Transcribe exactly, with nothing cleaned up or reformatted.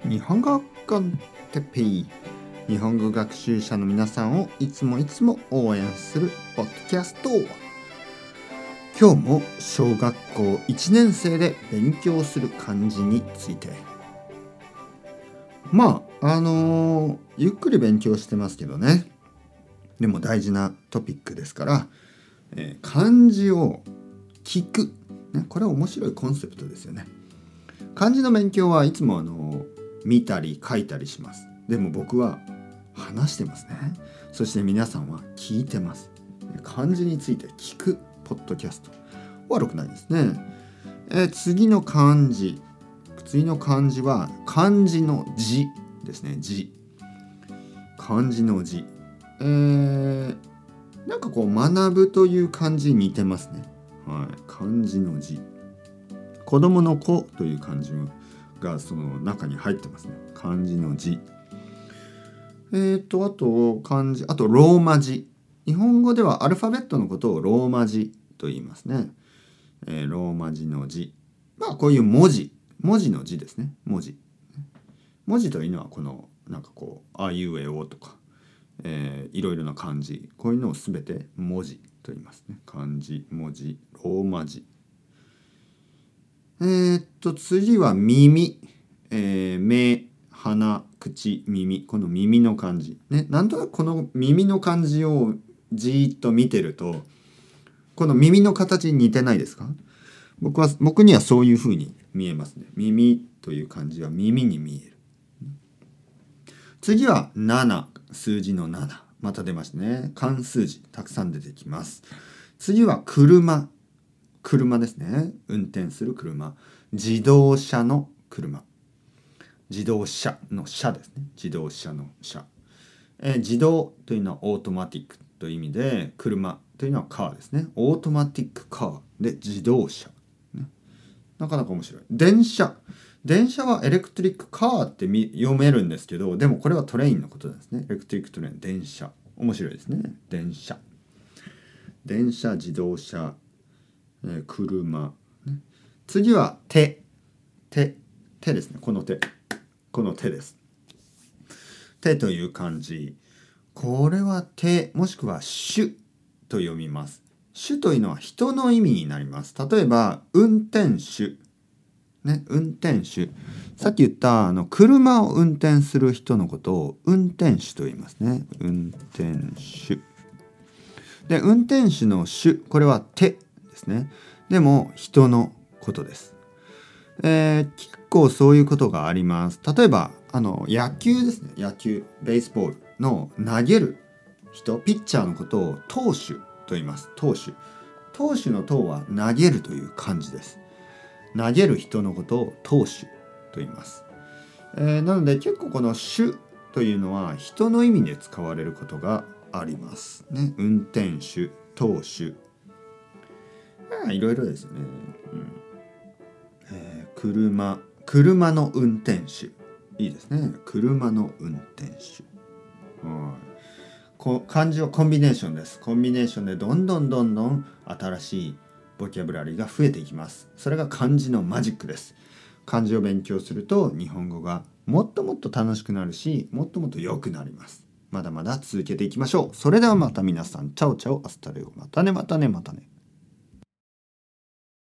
日本語コンテッペイ、日本語学習者の皆さんをいつもいつも応援するポッドキャスト。今日も小学校いちねん生で勉強する漢字について。まああのー、ゆっくり勉強してますけどね。でも大事なトピックですから、えー、漢字を聞く、ね、これは面白いコンセプトですよね。漢字の勉強はいつもあの見たり書いたりします。でも僕は話してますね。そして皆さんは聞いてます。漢字について聞くポッドキャスト、悪くないですね。えー、次の漢字次の漢字は漢字の字ですね。字、漢字の字、えー、なんかこう学ぶという漢字に似てますね。はい、漢字の字、子供の子という漢字がその中に入ってますね。漢字の字。えーとあと漢字、あとローマ字。日本語ではアルファベットのことをローマ字と言いますね。えー、ローマ字の字。まあこういう文字、文字の字ですね。文字。文字というのはこのなんかこうあいうえおとか、えー、いろいろな漢字、こういうのをすべて文字と言いますね。漢字、文字、ローマ字。えー、っと次は耳、えー、目、鼻、口、耳。この耳の漢字ね。なんとなくこの耳の漢字をじーっと見てると、この耳の形に似てないですか？僕は僕にはそういう風に見えますね。耳という漢字は耳に見える。次はなな、数字のなな。また出ましたね。漢数字たくさん出てきます。次は車。車ですね。運転する車。自動車の車。自動車の車ですね。自動車の車。えー、自動というのはオートマティックという意味で、車というのはカーですね。オートマティックカーで自動車、ね。なかなか面白い。電車。電車はエレクトリックカーって読めるんですけど、でもこれはトレインのことですね。エレクトリックトレイン、電車。面白いですね。電車。電車、自動車、えー、車、ね。次は手。手。手ですね。この手。この手です。手という漢字。これは手、もしくは手と読みます。手というのは人の意味になります。例えば、運転手。ね、運転手。さっき言ったあの車を運転する人のことを運転手と言いますね。運転手。で、運転手の手、これは手ですね。でも人のことです。えー、結構そういうことがあります。例えばあの野球ですね。野球、ベースボールの投げる人、ピッチャーのことを投手と言います。投手。投手の投は投げるという漢字です。投げる人のことを投手と言います。えー、なので結構この手というのは人の意味で使われることがありますね。運転手、投手、あいろいろですね。うんえー、車、車の運転手、いいですね。車の運転手。はい。こ漢字はコンビネーションです。コンビネーションでどんどんどんどん新しいボキャブラリーが増えていきます。それが漢字のマジックです。漢字を勉強すると日本語がもっともっと楽しくなるし、もっともっと良くなります。まだまだ続けていきましょう。それではまた皆さん、チャオチャオ、アスタレオ、またねまたねまたね。